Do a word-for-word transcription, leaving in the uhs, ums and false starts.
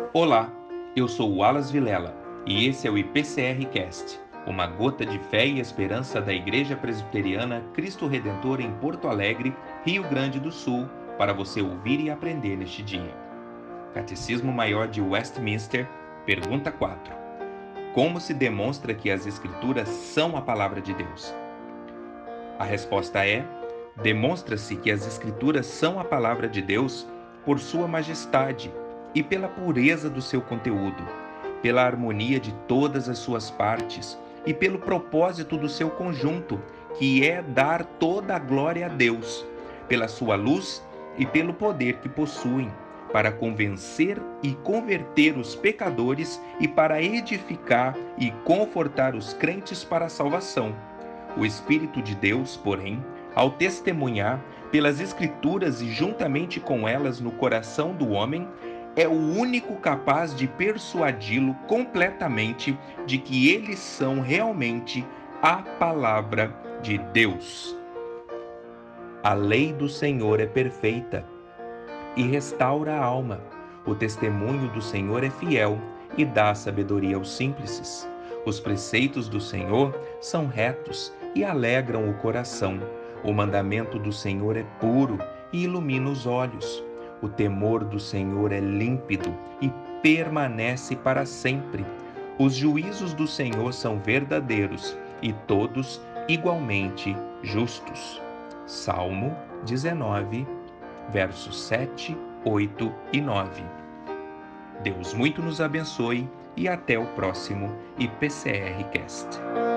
Olá, eu sou o Wallace Vilela e esse é o I P C R Cast, uma gota de fé e esperança da Igreja Presbiteriana Cristo Redentor em Porto Alegre, Rio Grande do Sul, para você ouvir e aprender neste dia. Catecismo Maior de Westminster, pergunta quatro. Como se demonstra que as Escrituras são a palavra de Deus? A resposta é: demonstra-se que as Escrituras são a palavra de Deus por sua majestade e pela pureza do seu conteúdo, pela harmonia de todas as suas partes e pelo propósito do seu conjunto, que é dar toda a glória a Deus, pela sua luz e pelo poder que possuem, para convencer e converter os pecadores e para edificar e confortar os crentes para a salvação. O Espírito de Deus, porém, ao testemunhar pelas Escrituras e juntamente com elas no coração do homem, é o único capaz de persuadi-lo completamente de que eles são realmente a palavra de Deus. A lei do Senhor é perfeita e restaura a alma. O testemunho do Senhor é fiel e dá sabedoria aos simples. Os preceitos do Senhor são retos e alegram o coração. O mandamento do Senhor é puro e ilumina os olhos. O temor do Senhor é límpido e permanece para sempre. Os juízos do Senhor são verdadeiros e todos igualmente justos. Salmo dezenove, versos sete, oito e nove. Deus muito nos abençoe e até o próximo I P C R Cast.